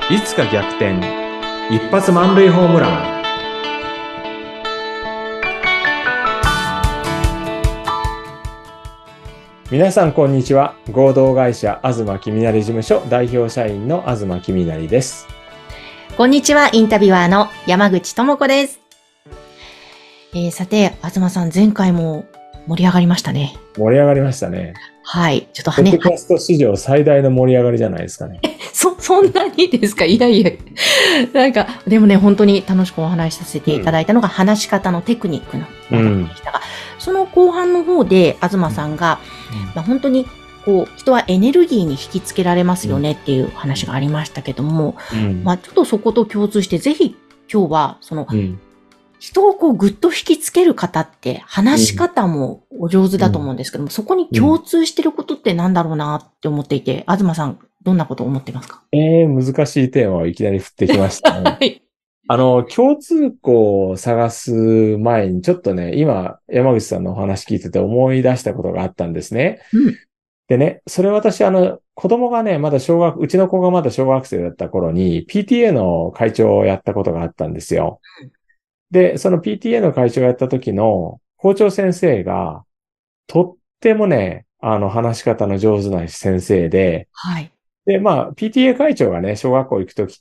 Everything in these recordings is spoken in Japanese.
いつか逆転、一発満塁ホームラン。皆さんこんにちは。合同会社東きみなり事務所代表社員の東きみなりです。 こんにちは。インタビュアーの山口智子です。さて、東さん、前回も盛り上がりましたね。 盛り上がりましたね。 はい。ちょっとポッドキャスト史上最大の盛り上がりじゃないですかね。 そんなにですか？いやいや。でもね、本当に楽しくお話しさせていただいたのが、話し方のテクニックの部分でしたが、その後半の方で、東さんが、本当に、人はエネルギーに引きつけられますよねっていう話がありましたけども、ちょっとそこと共通して、ぜひ今日は、人をぐっと引きつける方って話し方もお上手だと思うんですけども、そこに共通してることってなんだろうなって思っていて、東さん、どんなことを思ってますか？ 難しいテーマをいきなり振ってきましたね。 はい。 共通項を探す前にちょっとね、今、山口さんのお話聞いてて思い出したことがあったんですね。でね、それ私、子供がね、うちの子がまだ小学生だった頃に PTA の会長をやったことがあったんですよ。で、その PTA の会長をやった時の校長先生が、とってもね、話し方の上手な先生で、 はい。 で、PTA 会長がね、小学校行くときって、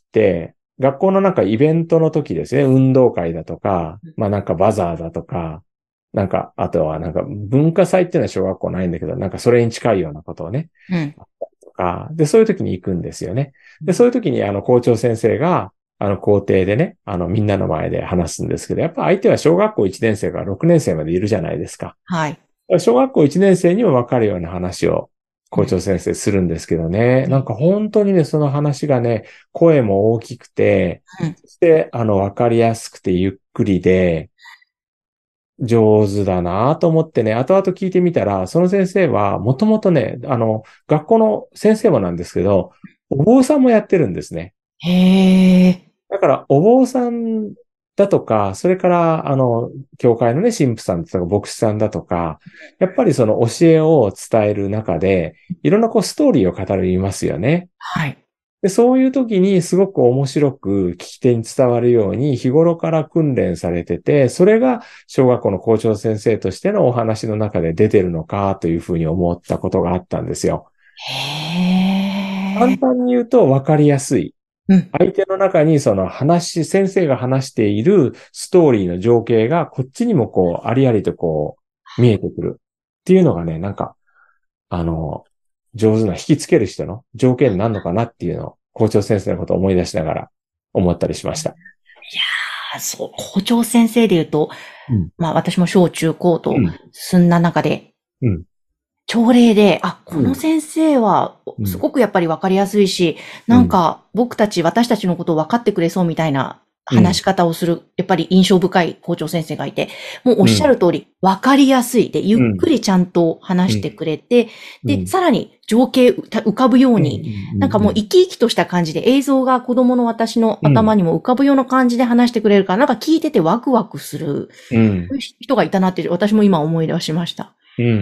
学校のなんかイベントの時ですね、運動会だとか、なんかバザーだとか、あとは文化祭っていうのは小学校ないんだけど、なんかそれに近いようなことをね、とか、で、そういう時に行くんですよね。で、そういう時に校長先生が、校庭でね、みんなの前で話すんですけど、やっぱ相手は小学校1年生から6年生までいるじゃないですか。 はい。 小学校1年生にも分かるような話を校長先生するんですけどね。なんか本当にね、その話がね、声も大きくて、そして、分かりやすくてゆっくりで、上手だなと思ってね、後々聞いてみたら、その先生は、もともとね、学校の先生もなんですけど、お坊さんもやってるんですね。 へー。 だから、お坊さんだとか、それから、教会のね、神父さんだとか、牧師さんだとか、やっぱりその教えを伝える中で、いろんなストーリーを語りますよね。 はい。 で、そういう時にすごく面白く聞き手に伝わるように日頃から訓練されてて、それが小学校の校長先生としてのお話の中で出てるのかというふうに思ったことがあったんですよ。簡へー。 単に言うと分かりやすい。相手の中に先生が話しているストーリーの情景がこっちにもありありと見えてくるっていうのがね、あの、上手な引きつける人の条件になるのかなっていうのを校長先生のことを思い出しながら思ったりしました。いやー、そう、校長先生で言うと、私も小中高と進んだ中で、朝礼で、この先生は、すごくやっぱり分かりやすいし、私たちのことを分かってくれそうみたいな話し方をする、やっぱり印象深い校長先生がいて、もうおっしゃる通り、分かりやすいで、ゆっくりちゃんと話してくれて、で、さらに情景浮かぶように、もう生き生きとした感じで映像が子供の私の頭にも浮かぶような感じで話してくれるから、聞いててワクワクする人がいたなって、私も今思い出しました。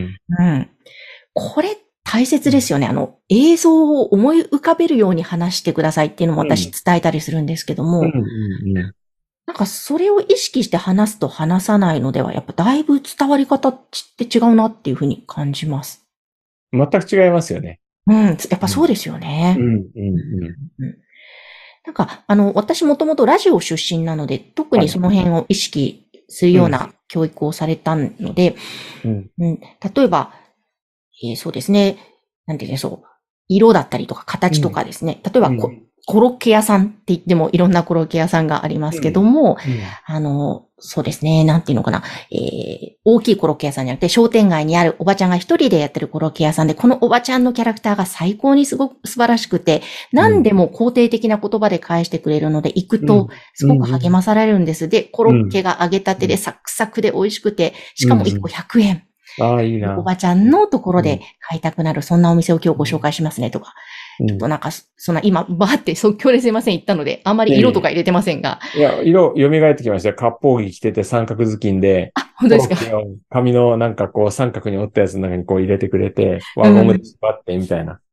これ大切ですよね。映像を思い浮かべるように話してくださいっていうのも私伝えたりするんですけども、それを意識して話すと話さないのでは、やっぱだいぶ伝わり方って違うなっていうふうに感じます。 全く違いますよね。 やっぱそうですよね。私もともとラジオ出身なので、特にその辺を意識するような教育をされたので、例えば、そうですね。なんて言うんでしょう。色だったりとか形とかですね。例えばコロッケ屋さんって言ってもいろんなコロッケ屋さんがありますけども、そうですね。なんていうのかな。大きいコロッケ屋さんじゃなくて商店街にあるおばちゃんが一人でやってるコロッケ屋さんで、このおばちゃんのキャラクターが最高にすごく素晴らしくて、何でも肯定的な言葉で返してくれるので、行くとすごく励まされるんです。で、コロッケが揚げたてでサクサクで美味しくて、しかも1個100円。 いいな。 おばちゃんのところで買いたくなる、そんなお店を今日ご紹介しますねとか。ちょっとそんな今、バーって即興ですいません言ったので、あまり色とか入れてませんが。 いや、蘇ってきましたよ。割烹着着てて三角頭巾で。 本当ですか？ 紙の三角に折ったやつの中に入れてくれて、輪ゴムで縛ってみたいな。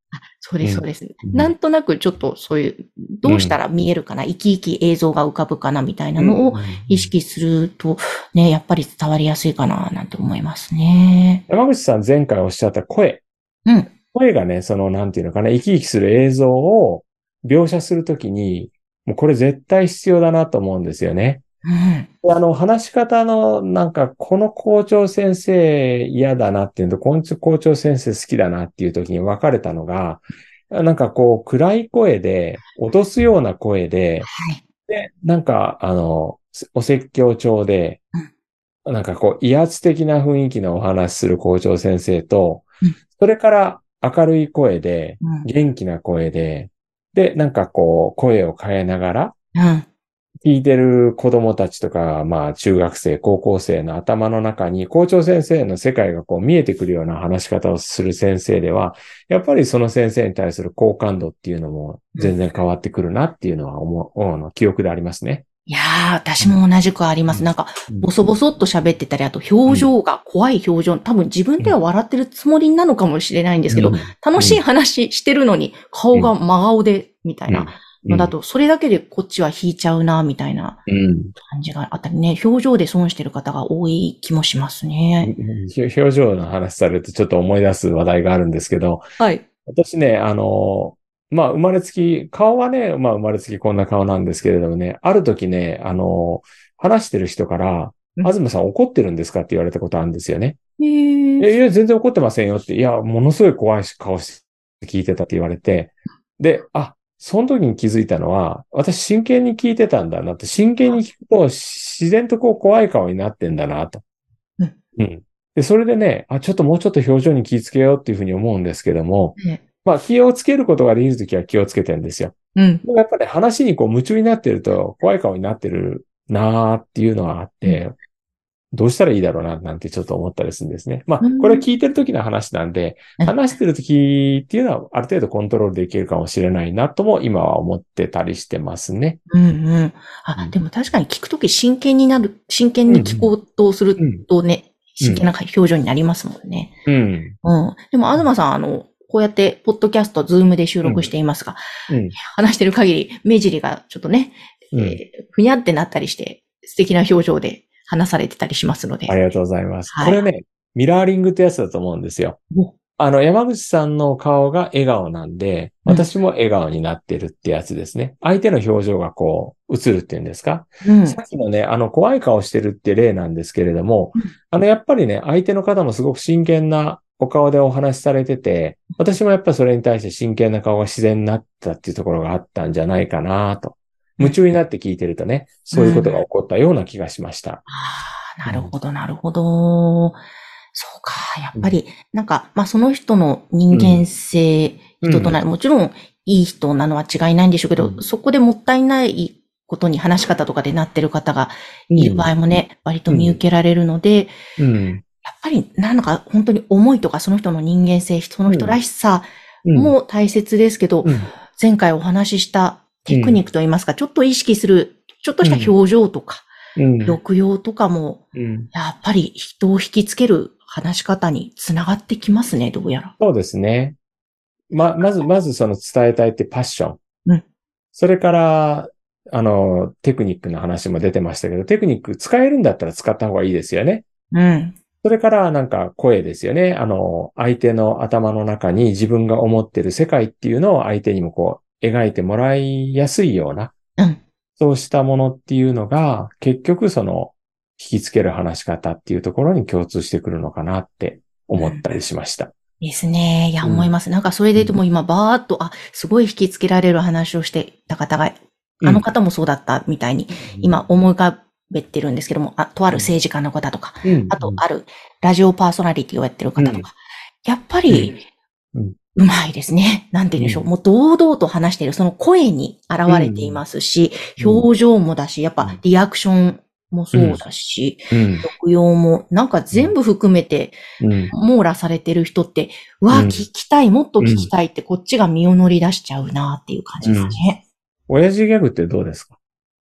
そうです、そうです。なんとなくちょっとそういう、どうしたら見えるかな、生き生き映像が浮かぶかなみたいなのを意識すると、ね、やっぱり伝わりやすいかな、なんて思いますね。 山口さん前回おっしゃった声。声がね、なんていうのかな、生き生きする映像を描写するときに、もうこれ絶対必要だなと思うんですよね。話し方の、なんか、この校長先生嫌だなっていうのと、この校長先生好きだなっていう時に分かれたのが、なんかこう、暗い声で、脅すような声で、で、なんか、お説教調で、なんかこう、威圧的な雰囲気のお話しする校長先生と、それから明るい声で、元気な声で、で、なんかこう、声を変えながら、聞いてる子供たちとか、まあ中学生、高校生の頭の中に校長先生の世界がこう見えてくるような話し方をする先生では、やっぱりその先生に対する好感度っていうのも全然変わってくるなっていうのは記憶でありますね。 いやー、私も同じくあります。なんか、ボソボソっと喋ってたり、あと表情が怖い表情、多分自分では笑ってるつもりなのかもしれないんですけど、楽しい話してるのに顔が真顔で、みたいなのだと、それだけでこっちは引いちゃうな、みたいな感じがあったりね、表情で損してる方が多い気もしますね。 表情の話されるとちょっと思い出す話題があるんですけど、 はい。 私ね、まあ、生まれつき、顔はね、まあ、生まれつきこんな顔なんですけれどもね、ある時ね、話してる人から、東さん怒ってるんですかって言われたことあるんですよね。いや、全然怒ってませんよって、いや、ものすごい怖い顔して聞いてたって言われて、で、その時に気づいたのは、私真剣に聞いてたんだなって、真剣に聞くと自然とこう怖い顔になってんだなと。で、それでね、ちょっともうちょっと表情に気をつけようっていうふうに思うんですけども、まあ気をつけることができるときは気をつけてるんですよ。でもやっぱり話にこう夢中になってると怖い顔になってるなーっていうのはあって、どうしたらいいだろうななんてちょっと思ったりするんですね。まあこれは聞いてるときの話なんで、話してるときっていうのはある程度コントロールできるかもしれないなとも今は思ってたりしてますね。 でも確かに聞くとき真剣に聞こうとするとね、真剣な表情になりますもんね。でも、東さん、こうやって、ポッドキャスト、ズームで収録していますが、話してる限り、目尻がちょっとね、ふにゃってなったりして、素敵な表情で話されてたりしますので。 ありがとうございます。これね、ミラーリングってやつだと思うんですよ。山口さんの顔が笑顔なんで、私も笑顔になってるってやつですね。相手の表情がこう、映るっていうんですか。さっきのね、怖い顔してるって例なんですけれども、やっぱりね、相手の方もすごく真剣なお顔でお話しされてて、私もやっぱりそれに対して真剣な顔が自然になったっていうところがあったんじゃないかなと。夢中になって聞いてるとね、そういうことが起こったような気がしました。 なるほど、なるほど。そうか、やっぱり、なんか、まあ、その人の人間性、人となり、もちろん、いい人なのは違いないんでしょうけど、そこでもったいないことに話し方とかでなってる方がいる場合もね、割と見受けられるので、やっぱり、なんか、本当に思いとか、その人の人間性、その人らしさも大切ですけど、前回お話ししたテクニックといいますか、ちょっと意識する、ちょっとした表情とか、抑揚とかも、やっぱり人を引きつける話し方につながってきますね、どうやら。 そうですね。まずその伝えたいってパッション。それから、テクニックの話も出てましたけど、テクニック使えるんだったら使った方がいいですよね。それからなんか声ですよね。相手の頭の中に自分が思ってる世界っていうのを相手にもこう描いてもらいやすいような、そうしたものっていうのが結局その引きつける話し方っていうところに共通してくるのかなって思ったりしました。 ですね。いや、思います。なんかそれで言うともう今バーっと、すごい引きつけられる話をしてた方が、あの方もそうだったみたいに、今思い浮かべてるんですけども、とある政治家の方とか、あとあるラジオパーソナリティをやってる方とか、やっぱり、うまいですね。なんて言うんでしょう。もう堂々と話している、その声に現れていますし、表情もだし、やっぱリアクションもそうだし、抑揚も、なんか全部含めて、網羅されてる人って、聞きたい、もっと聞きたいってこっちが身を乗り出しちゃうなっていう感じですね。 親父ギャグってどうですか？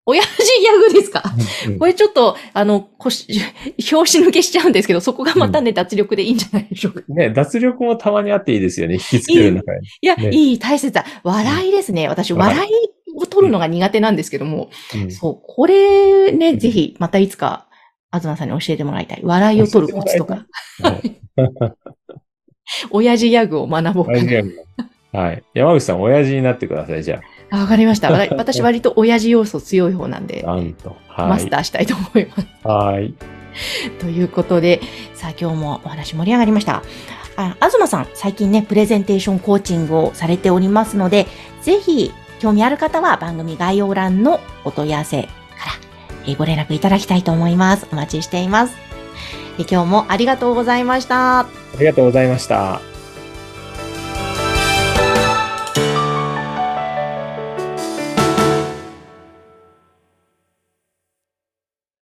親父ギャグですか？これちょっと、拍子抜けしちゃうんですけど、そこがまたね、脱力でいいんじゃないでしょうか。 ね、脱力もたまにあっていいですよね。引きつける中に。 いや、いい、大切だ。笑いですね。私、笑いを取るのが苦手なんですけども、そう、これね、ぜひ、またいつか、東さんに教えてもらいたい。笑いを取るコツとか。親父ギャグを学ぼうかな。 はい。山口さん、親父になってください、じゃあ。わかりました。私、割と親父要素強い方なんで、マスターしたいと思います。 はい。 ということで、さあ、今日もお話盛り上がりました。東さん、最近ね、プレゼンテーションコーチングをされておりますので、ぜひ、興味ある方は番組概要欄のお問い合わせからご連絡いただきたいと思います。お待ちしています。今日もありがとうございました。 ありがとうございました。